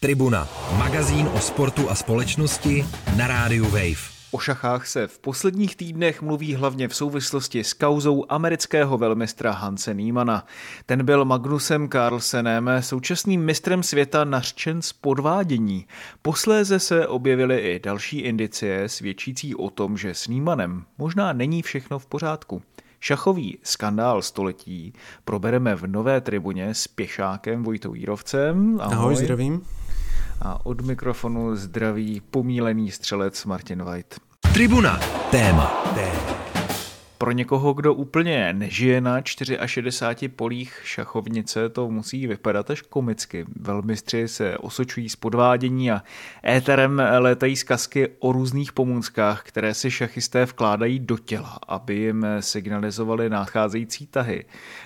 Tribuna, magazín o sportu a společnosti na rádiu Wave. O šachách se v posledních týdnech mluví hlavně v souvislosti s kauzou amerického velmistra Hanse Niemanna. Ten byl Magnusem Carlsenem, současným mistrem světa, nařčen z podvádění. Posléze se objevily i další indicie svědčící o tom, že s Niemannem možná není všechno v pořádku. Šachový skandál století probereme v Nové tribuně s pěšákem Vojtou Jírovcem. Ahoj, zdravím. A od mikrofonu zdraví pomílený střelec Martin White. Tribuna. Téma. Pro někoho, kdo úplně nežije na 64 polích šachovnice, to musí vypadat až komicky. Velmistři se osočují z podvádění a éterem létají zkazky o různých pomůckách, které si šachisté vkládají do těla, aby jim signalizovali nadcházející tahy.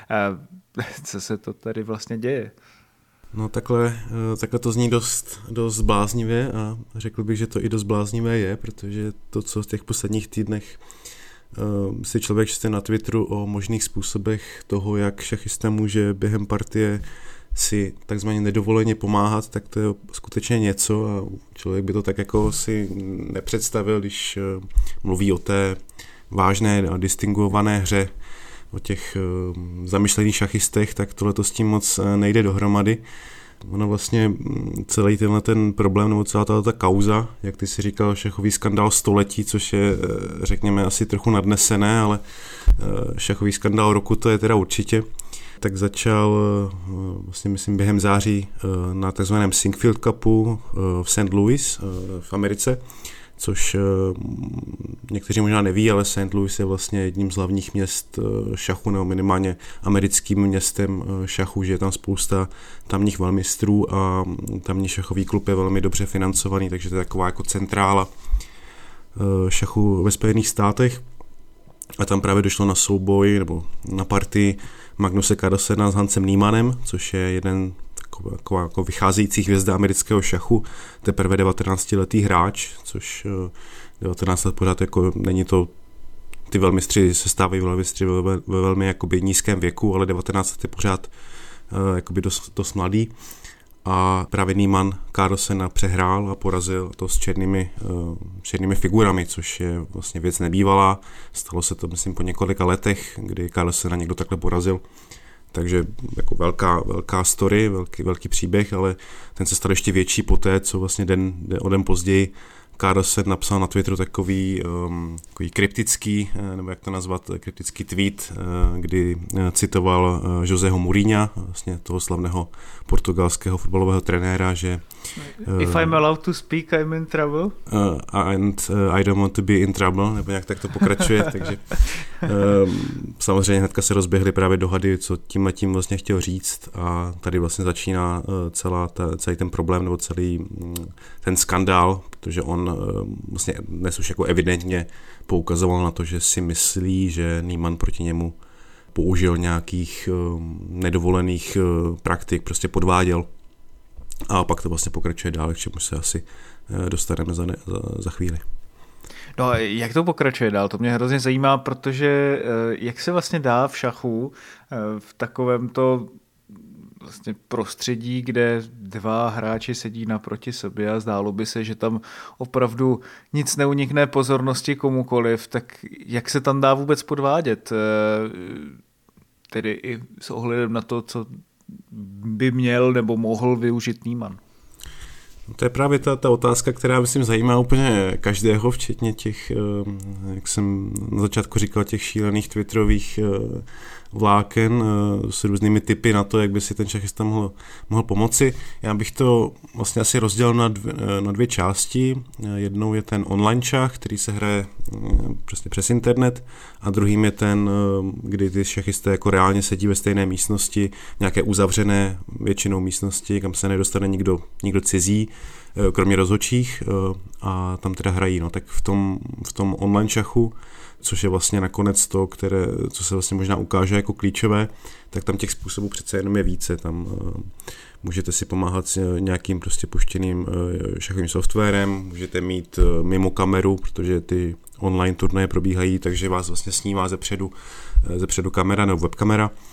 Co se to tady vlastně děje? No takhle to zní dost bláznivě a řekl bych, že to i dost bláznivé je, protože to, co v těch posledních týdnech si člověk čte na Twitteru o možných způsobech toho, jak šachista může během partie si takzvaně nedovoleně pomáhat, tak to je skutečně něco a člověk by to tak jako si nepředstavil, když mluví o té vážné a distinguované hře, o těch zamyšlených šachistech, tak tohleto s tím moc nejde dohromady. Ono vlastně celý tenhle ten problém, nebo celá ta kauza, jak ty si říkal, šachový skandál století, což je, řekněme, asi trochu nadnesené, ale šachový skandál roku to je teda určitě, tak začal vlastně myslím během září na takzvaném Sinquefield Cupu v St. Louis v Americe, což někteří možná neví, ale St. Louis je vlastně jedním z hlavních měst šachu, nebo minimálně americkým městem šachu, že je tam spousta tamních velmistrů a tamní šachový klub je velmi dobře financovaný, takže to je taková jako centrála šachu ve Spojených státech. A tam právě došlo na souboj nebo na partii Magnuse Carlsena s Hansem Niemannem, což je jeden taková jako vycházející hvězda amerického šachu, teprve 19letý hráč, což 19 let pořád jako není to, ty velmistři se stávají velmistři ve velmi jakoby nízkém věku, ale 19 let je pořád jakoby dost mladý. A právě Niemann Carlsena přehrál a porazil to s černými figurami, což je vlastně věc nebývalá. Stalo se to, myslím, po několika letech, kdy Carlsena někdo takhle porazil. Takže jako velká story, velký příběh, ale ten se stal ještě větší poté, co vlastně o den později Carlsen napsal na Twitteru takový kryptický, nebo jak to nazvat, kryptický tweet, kdy citoval Joseho Mourinha, vlastně toho slavného portugalského fotbalového trenéra, že If I'm allowed to speak, I'm in trouble. And I don't want to be in trouble, nebo nějak tak to pokračuje, takže samozřejmě hnedka se rozběhly právě dohady, co tímhletím vlastně chtěl říct a tady vlastně začíná celý ten problém, nebo celý ten skandál, protože on vlastně dnes už jako evidentně poukazoval na to, že si myslí, že Niemann proti němu použil nějakých nedovolených praktik, prostě podváděl. A pak to vlastně pokračuje dál, k čemu se asi dostaneme za chvíli. No a jak to pokračuje dál? To mě hrozně zajímá, protože jak se vlastně dá v šachu v takovémto vlastně prostředí, kde dva hráči sedí naproti sobě a zdálo by se, že tam opravdu nic neunikne pozornosti komukoliv, tak jak se tam dá vůbec podvádět? Tedy i s ohledem na to, co by měl nebo mohl využít Niemann. To je právě ta otázka, která myslím zajímá úplně každého, včetně těch, jak jsem na začátku říkal, těch šílených twitterových vláken s různými tipy na to, jak by si ten šachista mohl pomoci. Já bych to vlastně asi rozdělil na dvě části. Jednou je ten online šach, který se hraje prostě přes internet, a druhým je ten, kdy ty šachisté jako reálně sedí ve stejné místnosti, nějaké uzavřené většinou místnosti, kam se nedostane nikdo cizí, kromě rozhodčích, a tam teda hrají. No, tak v tom online šachu, což je vlastně nakonec to, co se vlastně možná ukáže jako klíčové, tak tam těch způsobů přece jenom je více. Tam můžete si pomáhat s nějakým prostě puštěným šachovým softwarem, můžete mít mimo kameru, protože ty online turnaje probíhají, takže vás vlastně snímá zepředu kamera nebo webkamera.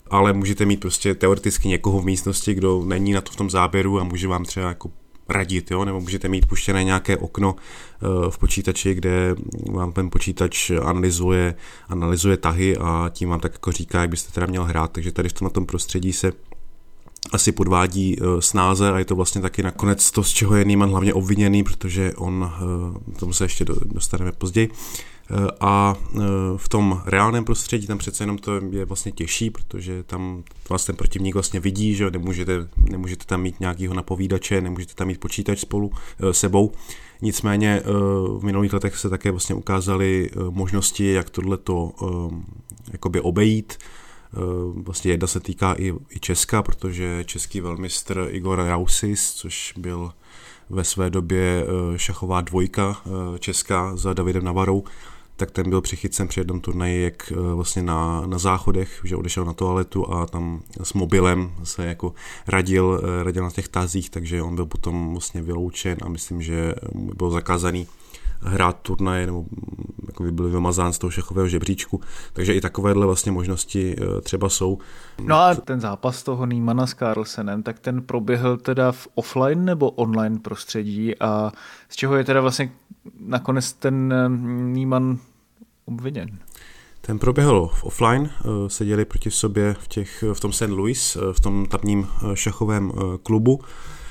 ale můžete mít prostě teoreticky někoho v místnosti, kdo není na to v tom záběru a může vám třeba jako radit, jo? Nebo můžete mít puštěné nějaké okno v počítači, kde vám ten počítač analyzuje tahy a tím vám tak jako říká, jak byste teda měl hrát, takže tady v tom prostředí se asi podvádí snáze a je to vlastně taky nakonec to, z čeho je Niemann hlavně obviněný, protože on, tomu se ještě dostaneme později, a v tom reálném prostředí tam přece jenom to je vlastně těžší, protože tam vás ten protivník vlastně vidí, že nemůžete tam mít nějakýho napovídače, nemůžete tam mít počítač sebou. Nicméně v minulých letech se také vlastně ukázaly možnosti, jak tohleto jakoby obejít. Vlastně jedna se týká i Česka, protože český velmistr Igor Rausis, což byl ve své době šachová dvojka česká za Davidem Navarou, tak ten byl přichycen při jednom turnaji, jak vlastně na záchodech, že odešel na toaletu a tam s mobilem se jako radil na těch tazích, takže on byl potom vlastně vyloučen a myslím, že byl zakázaný hrát turnaje, nebo jako by byl vymazán z toho šachového žebříčku, takže i takovéhle vlastně možnosti třeba jsou. No a ten zápas toho Niemanna s Carlsenem, tak ten proběhl teda v offline nebo online prostředí a z čeho je teda vlastně nakonec ten Niemann obviněn? Ten proběhl v offline, seděli proti sobě v tom St. Louis, v tom tamním šachovém klubu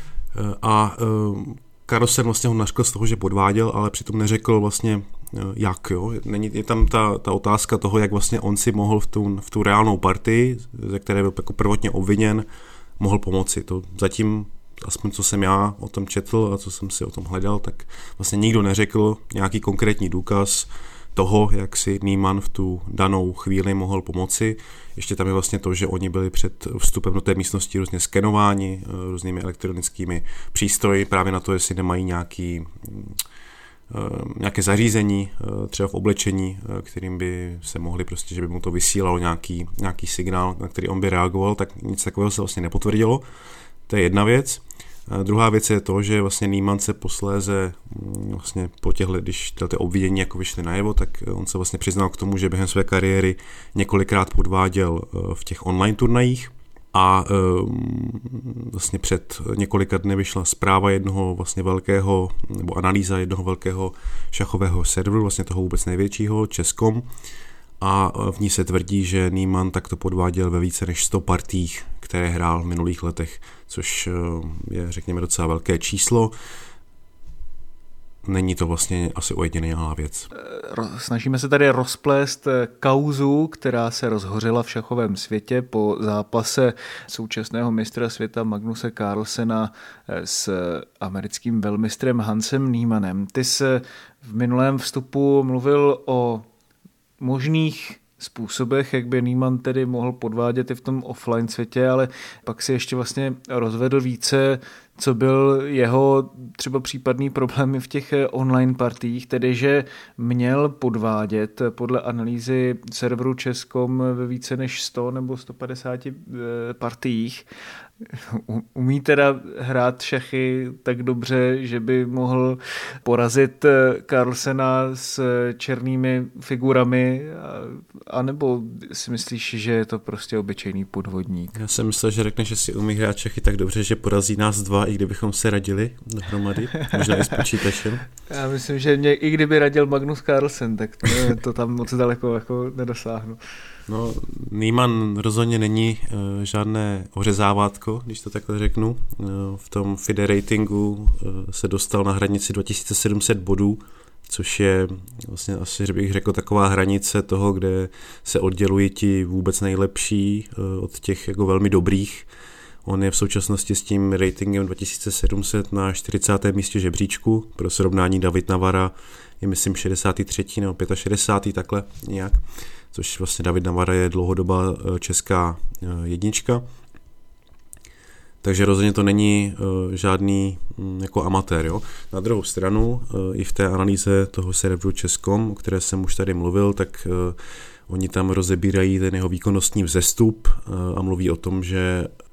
a Carlsen vlastně ho nařkl z toho, že podváděl, ale přitom neřekl vlastně jak, jo. Je tam ta otázka toho, jak vlastně on si mohl v tu reálnou partii, ze které byl jako prvotně obviněn, mohl pomoci. To zatím, aspoň co jsem já o tom četl a co jsem si o tom hledal, tak vlastně nikdo neřekl nějaký konkrétní důkaz toho, jak si Niemann v tu danou chvíli mohl pomoci. Ještě tam je vlastně to, že oni byli před vstupem do té místnosti různě skenováni různými elektronickými přístroji, právě na to, jestli nemají nějaké zařízení, třeba v oblečení, kterým by se mohli prostě, že by mu to vysílalo nějaký signál, na který on by reagoval, tak nic takového se vlastně nepotvrdilo. To je jedna věc. Druhá věc je to, že vlastně Niemann se posléze vlastně po když ty obvinění jako vyšly najevo, tak on se vlastně přiznal k tomu, že během své kariéry několikrát podváděl v těch online turnajích a vlastně před několika dny vyšla zpráva jednoho vlastně velkého, nebo analýza jednoho velkého šachového serveru, vlastně toho vůbec největšího, Chess.com, a v ní se tvrdí, že Niemann takto podváděl ve více než 100 partiích, které hrál v minulých letech, což je, řekněme, docela velké číslo. Není to vlastně asi ojedinělá věc. Snažíme se tady rozplést kauzu, která se rozhořela v šachovém světě po zápase současného mistra světa Magnuse Carlsena s americkým velmistrem Hansem Niemannem. Ty jsi v minulém vstupu mluvil o možných způsobech, jak by Niemann tedy mohl podvádět i v tom offline světě, ale pak si ještě vlastně rozvedl více, co byl jeho třeba případný problémy v těch online partiích, tedy že měl podvádět podle analýzy serveru Chess.com ve více než 100 nebo 150 partiích. Umí teda hrát šachy tak dobře, že by mohl porazit Carlsena s černými figurami, anebo si myslíš, že je to prostě obyčejný podvodník? Já jsem myslel, že řekne, že si umí hrát šachy tak dobře, že porazí nás dva, i kdybychom se radili dohromady, možná i s počítačem. Já myslím, že mě, i kdyby radil Magnus Carlsen, tak to tam moc daleko jako nedosáhnu. No, Niemann rozhodně není žádné ořezávátko, když to takhle řeknu. V tom FIDE ratingu se dostal na hranici 2700 bodů, což je vlastně asi, že bych řekl, taková hranice toho, kde se oddělují ti vůbec nejlepší od těch jako velmi dobrých. On je v současnosti s tím ratingem 2700 na 40. místě žebříčku. Pro srovnání David Navara je myslím 63. nebo 65. takhle nějak, což vlastně David Navara je dlouhodobá česká jednička. Takže rozhodně to není žádný jako amatér. Jo? Na druhou stranu i v té analýze toho serveru Chess.com, o které jsem už tady mluvil, tak oni tam rozebírají ten jeho výkonnostní vzestup a mluví o tom, že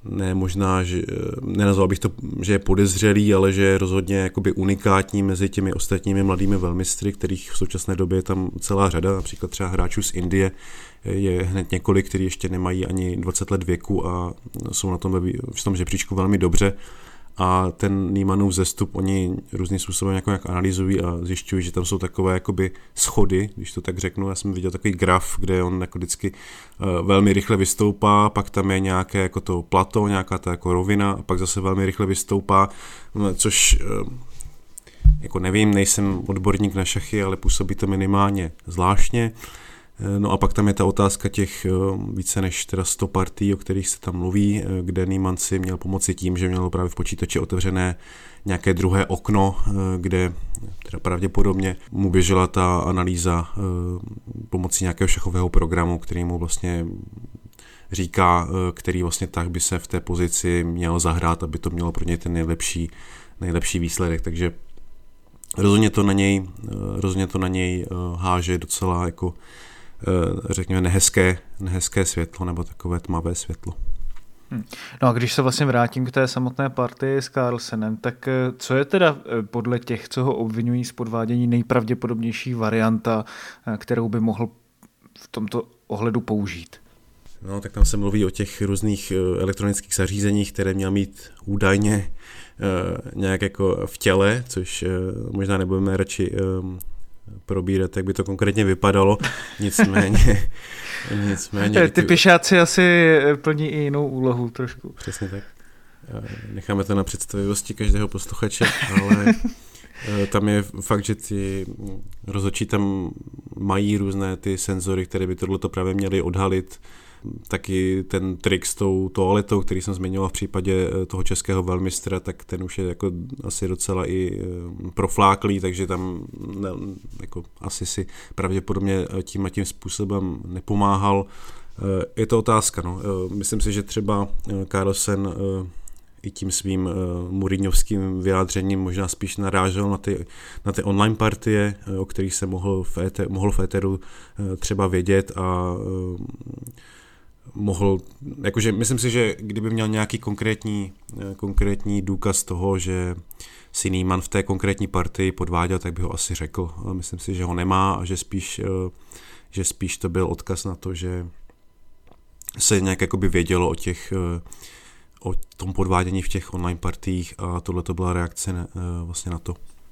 ne možná, že nenazval bych to, že je podezřelý, ale že je rozhodně jakoby unikátní mezi těmi ostatními mladými velmistry, kterých v současné době je tam celá řada, například třeba hráčů z Indie je hned několik, kteří ještě nemají ani 20 let věku a jsou na tom v tom žebříčku velmi dobře. A ten Niemannův vzestup oni různým způsobem nějak analyzují a zjišťují, že tam jsou takové jakoby schody, když to tak řeknu. Já jsem viděl takový graf, kde on jako vždycky velmi rychle vystoupá, pak tam je nějaké jako to plato, nějaká ta jako rovina a pak zase velmi rychle vystoupá, což jako nevím, nejsem odborník na šachy, ale působí to minimálně zvláštně. No a pak tam je ta otázka těch více než teda 100 partí, o kterých se tam mluví, kde Niemann si měl pomoci tím, že měl právě v počítači otevřené nějaké druhé okno, kde teda pravděpodobně mu běžela ta analýza pomocí nějakého šachového programu, který mu vlastně říká, který vlastně tak by se v té pozici měl zahrát, aby to mělo pro něj ten nejlepší výsledek. Takže rozhodně to na něj háže docela jako řekněme nehezké světlo nebo takové tmavé světlo. No a když se vlastně vrátím k té samotné partii s Carlsenem, tak co je teda podle těch, co ho obvinují z podvádění, nejpravděpodobnější varianta, kterou by mohl v tomto ohledu použít? No, tak tam se mluví o těch různých elektronických zařízeních, které měl mít údajně nějak jako v těle, což možná nebudeme radši probírat, jak by to konkrétně vypadalo. Nicméně ty pěšáci asi plní i jinou úlohu trošku. Přesně tak. Necháme to na představivosti každého posluchače, ale tam je fakt, že ty rozhodčí tam mají různé ty senzory, které by tohleto právě měly odhalit. Taky ten trik s tou toaletou, který jsem zmiňoval v případě toho českého velmistra, tak ten už je jako asi docela i profláklý, takže tam jako asi si pravděpodobně tím a tím způsobem nepomáhal. Je to otázka, no. Myslím si, že třeba Carlsen i tím svým Mourinhovským vyjádřením možná spíš narážel na ty online partie, o kterých se mohl v éteru třeba vědět a jakože myslím si, že kdyby měl nějaký konkrétní důkaz toho, že si Niemann v té konkrétní partii podváděl, tak by ho asi řekl. Ale myslím si, že ho nemá a že spíš to byl odkaz na to, že se nějak jakoby vědělo o tom podvádění v těch online partiích a tohle to byla reakce vlastně na to.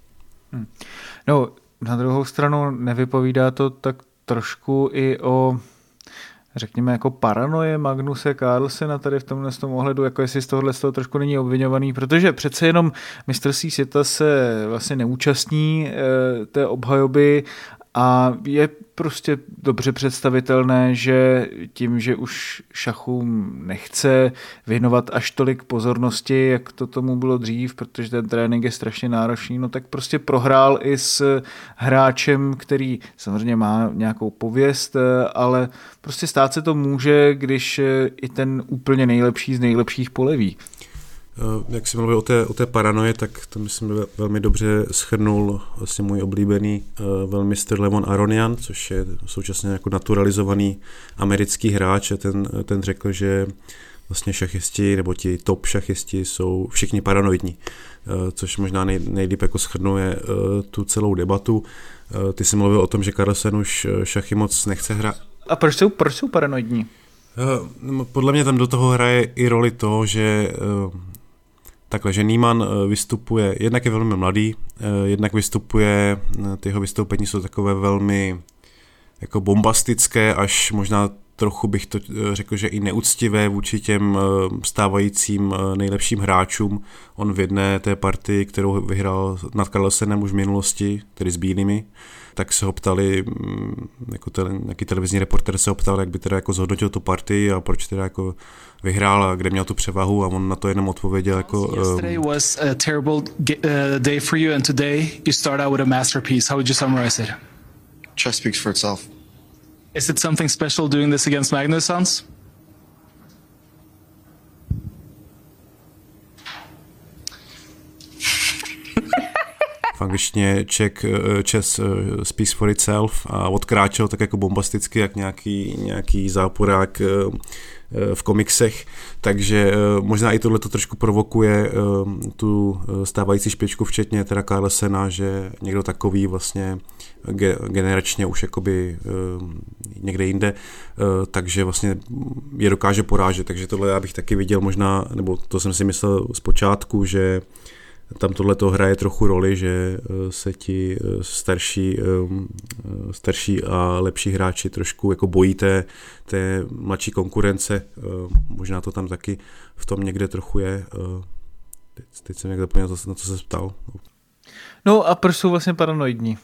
No, na druhou stranu nevypovídá to tak trošku i o, řekněme, jako paranoje Magnuse Carlsena tady v tomhle ohledu, jako jestli z tohohle trošku není obviňovaný, protože přece jenom mistrovství světa se vlastně neúčastní té obhajoby a je prostě dobře představitelné, že tím, že už šachům nechce věnovat až tolik pozornosti, jak to tomu bylo dřív, protože ten trénink je strašně náročný, no tak prostě prohrál i s hráčem, který samozřejmě má nějakou pověst, ale prostě stát se to může, když i ten úplně nejlepší z nejlepších poleví. Jak jsi mluvil o té paranoje, tak to myslím velmi dobře shrnul vlastně můj oblíbený velmistr Levon Aronian, což je současně jako naturalizovaný americký hráč a ten řekl, že vlastně šachisti nebo ti top šachisti jsou všichni paranoidní, což možná nejlíp jako shrnuje tu celou debatu. Ty jsi mluvil o tom, že Carlsen už šachy moc nechce hrát. A proč jsou paranoidní? Podle mě tam do toho hraje i roli to, že takhle, že Niemann vystupuje, jednak je velmi mladý, jednak vystupuje, ty jeho vystoupení jsou takové velmi jako bombastické, až možná trochu bych to řekl, že i neúctivé vůči těm stávajícím nejlepším hráčům. On v jedné té partii, kterou vyhrál nad Carlsenem už v minulosti, tedy s bílými, tak se ho ptali, jako nějaký televizní reporter se ho ptal, jak by teda jako zhodnotil tu partii a proč teda jako vyhrál a kde měl tu převahu a on na to jenom odpověděl jako... Yesterday was a terrible day for you and today you start out with a masterpiece. How would you summarize it? Chess speaks for itself. Is it something special doing this against Magnus, Hans? V angličtině chess speaks for itself a odkráčel tak jako bombasticky, jak nějaký záporák v komiksech, takže možná i tohle to trošku provokuje tu stávající špičku, včetně teda Carlsena, že někdo takový vlastně generačně už jakoby někde jinde, takže vlastně je dokáže porážet, takže tohle já bych taky viděl možná, nebo to jsem si myslel zpočátku, že tam tohleto hraje trochu roli, že se ti starší a lepší hráči trošku jako bojí té mladší konkurence. Možná to tam taky v tom někde trochu je. Teď jsem někde zapomněl, na co se ptal. No a proč jsou vlastně paranoidní?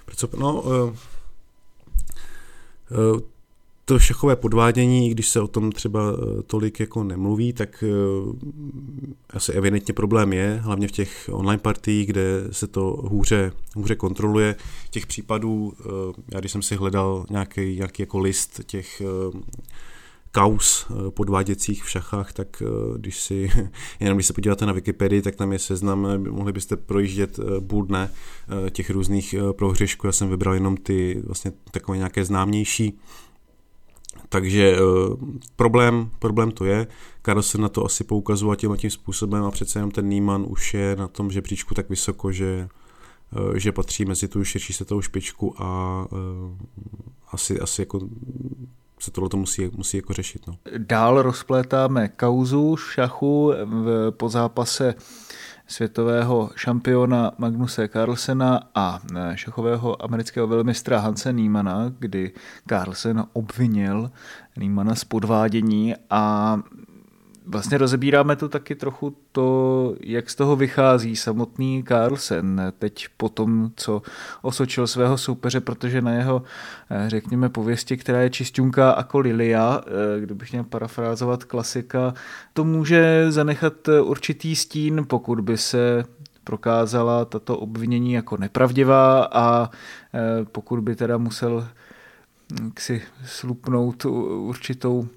To šachové podvádění, když se o tom třeba tolik jako nemluví, tak asi evidentně problém je, hlavně v těch online partiích, kde se to hůře kontroluje. Těch případů, já když jsem si hledal nějaký jako list těch kauz podváděcích v šachách, tak když se podíváte na Wikipedii, tak tam je seznam, mohli byste projíždět půl dne těch různých prohřešků. Já jsem vybral jenom ty vlastně takové nějaké známější. Takže problém to je. Carlsen na to asi poukazuje tím způsobem a přece jenom ten Niemann už je na tom žebříčku tak vysoko, že patří mezi tu širší světovou špičku a asi jako se tohleto musí jako řešit. No. Dál rozplétáme kauzu šachu po zápase světového šampiona Magnuse Carlsena a šachového amerického velmistra Hanse Niemanna, kdy Carlsen obvinil Niemanna z podvádění a vlastně rozebíráme tu taky trochu to, jak z toho vychází samotný Carlsen teď po tom, co osočil svého soupeře, protože na jeho, řekněme, pověsti, která je čistunká jako lilia, kdybych měl parafrázovat klasika, to může zanechat určitý stín, pokud by se prokázala tato obvinění jako nepravdivá a pokud by teda musel si slupnout určitou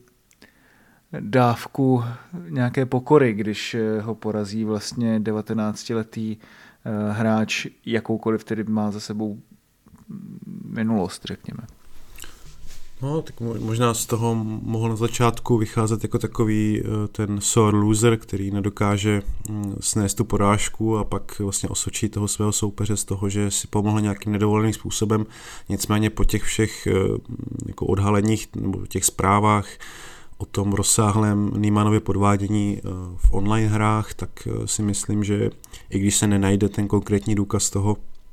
dávku nějaké pokory, když ho porazí vlastně 19letý hráč, jakoukoliv tedy má za sebou minulost, řekněme. No, tak možná z toho mohl na začátku vycházet jako takový ten sore loser, který nedokáže snést tu porážku a pak vlastně osočí toho svého soupeře z toho, že si pomohl nějakým nedovoleným způsobem. Nicméně po těch všech jako odhaleních nebo těch zprávách o tom rozsáhlém Niemannově podvádění v online hrách, tak si myslím, že i když se nenajde ten konkrétní důkaz toho,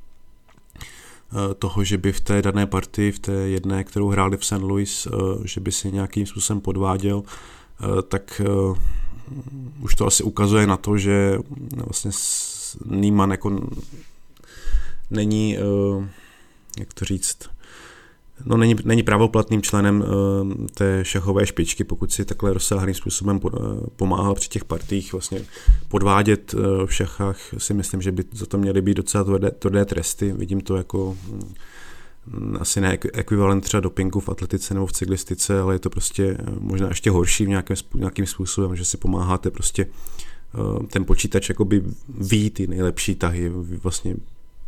že by v té dané partii, v té jedné, kterou hráli v St. Louis, že by si nějakým způsobem podváděl, tak už to asi ukazuje na to, že vlastně Niemann jako není, jak to říct, no není pravoplatným členem té šachové špičky, pokud si takhle rozsáhlým způsobem pomáhal při těch partiích vlastně podvádět v šachách, si myslím, že by za to měly být docela tvrdé tresty. Vidím to jako asi ne ekvivalent třeba dopingu v atletice nebo v cyklistice, ale je to prostě možná ještě horší nějakým způsobem, že si pomáháte prostě ten počítač jakoby ví ty nejlepší tahy, vlastně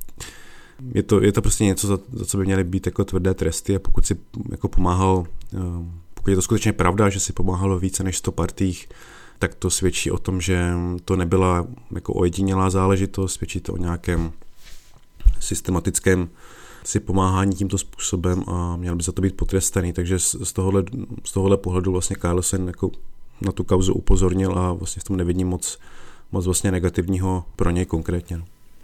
je to prostě něco, za co by měly být jako tvrdé tresty a pokud si jako pomáhal, pokud je to skutečně pravda, že si pomáhal více než 100 partiích, tak to svědčí o tom, že to nebyla jako ojedinělá záležitost, svědčí to o nějakém systematickém si pomáhání tímto způsobem a měl by za to být potrestaný, takže z tohohle pohledu vlastně Carlsen jako na tu kauzu upozornil a vlastně v tom nevidím moc vlastně negativního pro něj konkrétně.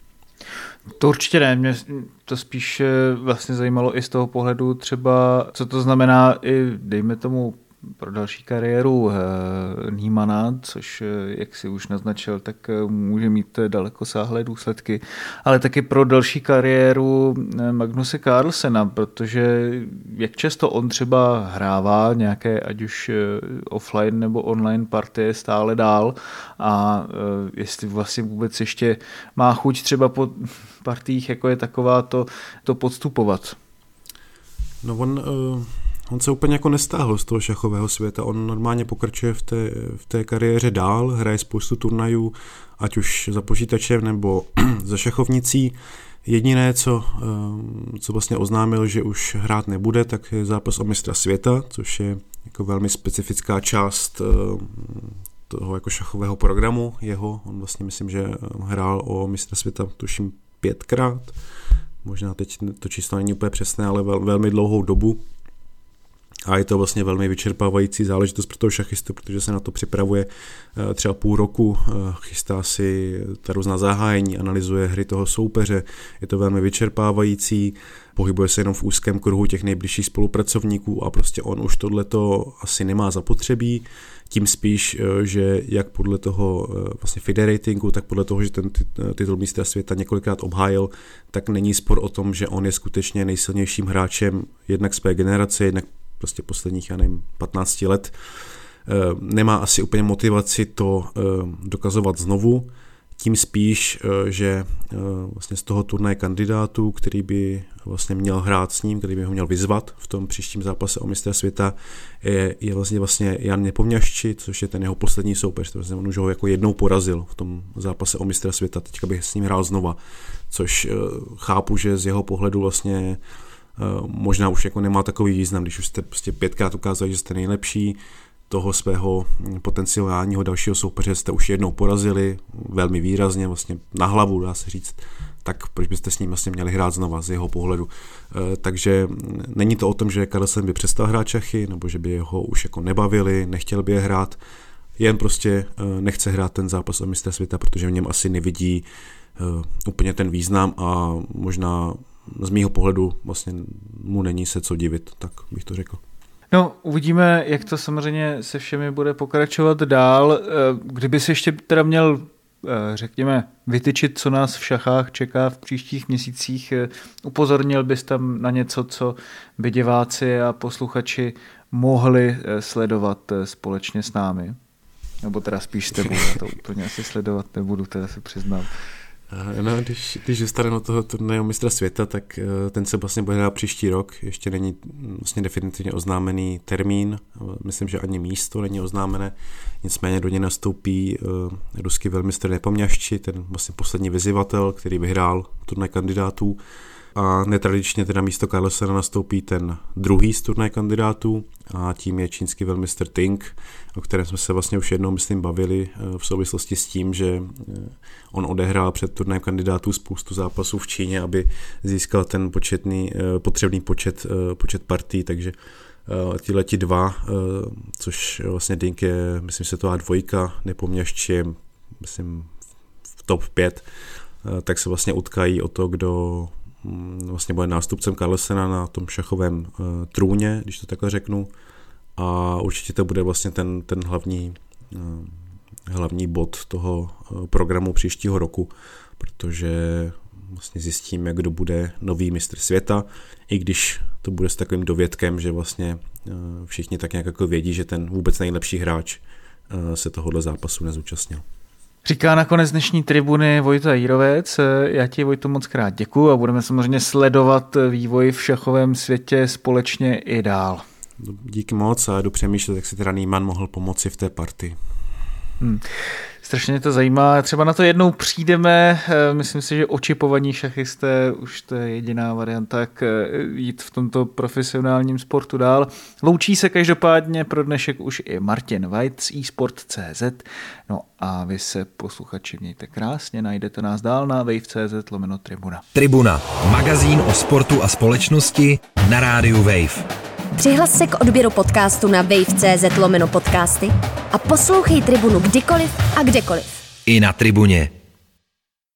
To určitě ne, mě to spíš vlastně zajímalo i z toho pohledu třeba, co to znamená i, dejme tomu, pro další kariéru Niemanna, což, jak si už naznačil, tak může mít dalekosáhlé důsledky, ale taky pro další kariéru Magnuse Carlsena, protože jak často on třeba hrává nějaké, ať už offline nebo online partie stále dál a jestli vlastně vůbec ještě má chuť třeba po partiích, jako je taková, to podstupovat. No on se úplně jako nestáhl z toho šachového světa, on normálně pokračuje v té kariéře dál, hraje spoustu turnajů, ať už za počítačem nebo za šachovnicí. Jediné, co vlastně oznámil, že už hrát nebude, tak je zápas o mistra světa, což je jako velmi specifická část toho jako šachového programu jeho. On vlastně myslím, že hrál o mistra světa tuším 5krát. Možná teď to číslo není úplně přesné, ale velmi dlouhou dobu. A je to vlastně velmi vyčerpávající záležitost pro toho šachistu, protože se na to připravuje třeba půl roku, chystá si ta různá zahájení, analyzuje hry toho soupeře, je to velmi vyčerpávající, pohybuje se jenom v úzkém kruhu těch nejbližších spolupracovníků a prostě on už tohleto asi nemá zapotřebí, tím spíš, že jak podle toho vlastně FIDE ratingu, tak podle toho, že ten titul mistra světa několikrát obhájil, tak není spor o tom, že on je skutečně nejsilnějším hráčem jednak své generace, jednak prostě posledních, 15 let, nemá asi úplně motivaci to dokazovat znovu, tím spíš, že vlastně z toho turnaje kandidátů, který by vlastně měl hrát s ním, který by ho měl vyzvat v tom příštím zápase o mistra světa, je vlastně Jan Nepomňašči, což je ten jeho poslední soupeř, takže on už ho jako jednou porazil v tom zápase o mistra světa, teďka bych s ním hrál znova, což chápu, že z jeho pohledu vlastně možná už jako nemá takový význam, když už jste prostě 5krát ukázali, že jste nejlepší, toho svého potenciálního dalšího soupeře jste už jednou porazili, velmi výrazně, vlastně na hlavu, dá se říct, tak proč byste s ním vlastně měli hrát znova z jeho pohledu. Takže není to o tom, že Carlsen by přestal hrát šachy, nebo že by ho už jako nebavili, nechtěl by je hrát, jen prostě nechce hrát ten zápas o mistra světa, protože v něm asi nevidí úplně ten význam a možná z mýho pohledu vlastně mu není se co divit, tak bych to řekl. No, uvidíme, jak to samozřejmě se všemi bude pokračovat dál. Kdyby si ještě teda měl, řekněme, vytyčit, co nás v šachách čeká v příštích měsících, upozornil bys tam na něco, co by diváci a posluchači mohli sledovat společně s námi? Nebo teda spíš s tebou, já to úplně asi sledovat nebudu, teda se přiznám. No, když zůstaneme od toho turnaje o mistra světa, tak ten se vlastně bude hrát příští rok. Ještě není vlastně definitivně oznámený termín, myslím, že ani místo není oznámené, nicméně do něj nastoupí ruský velmistr Nepomňašči, ten vlastně poslední vyzývatel, který vyhrál turnaj kandidátů. A netradičně teda místo Carlsena nastoupí ten druhý z turnaj kandidátů a tím je čínský velmistr Ting, o kterém jsme se vlastně už jednou, myslím, bavili v souvislosti s tím, že on odehrál před turnajem kandidátů spoustu zápasů v Číně, aby získal ten potřebný počet partí, takže tihleti dva, což vlastně Ting je, myslím, světová dvojka, Nepomňašči je, myslím, v top 5, tak se vlastně utkají o to, kdo vlastně bude nástupcem Carlsena na tom šachovém trůně, když to takhle řeknu. A určitě to bude vlastně ten hlavní bod toho programu příštího roku, protože vlastně zjistíme, kdo bude nový mistr světa, i když to bude s takovým dovědkem, že vlastně všichni tak nějak jako vědí, že ten vůbec nejlepší hráč se tohohle zápasu nezúčastnil. Říká nakonec dnešní tribuny Vojta Jírovec. Já ti, Vojto, moc krát děkuju a budeme samozřejmě sledovat vývoj v šachovém světě společně i dál. Díky moc a jdu přemýšlet, jak si teda Niemann mohl pomoci v té partii. Strašně mě to zajímá. Třeba na to jednou přijdeme. Myslím si, že očipovaní šachisté už to je jediná varianta, jak jít v tomto profesionálním sportu dál. Loučí se každopádně pro dnešek už i Martin White z eSport.cz. No a vy se, posluchači, mějte krásně. Najdete nás dál na wave.cz/Tribuna. Tribuna, magazín o sportu a společnosti na rádiu Wave. Přihlas se k odběru podcastu na wave.cz/podcasty a poslouchej Tribunu kdykoliv a kdekoliv. I na Tribuně.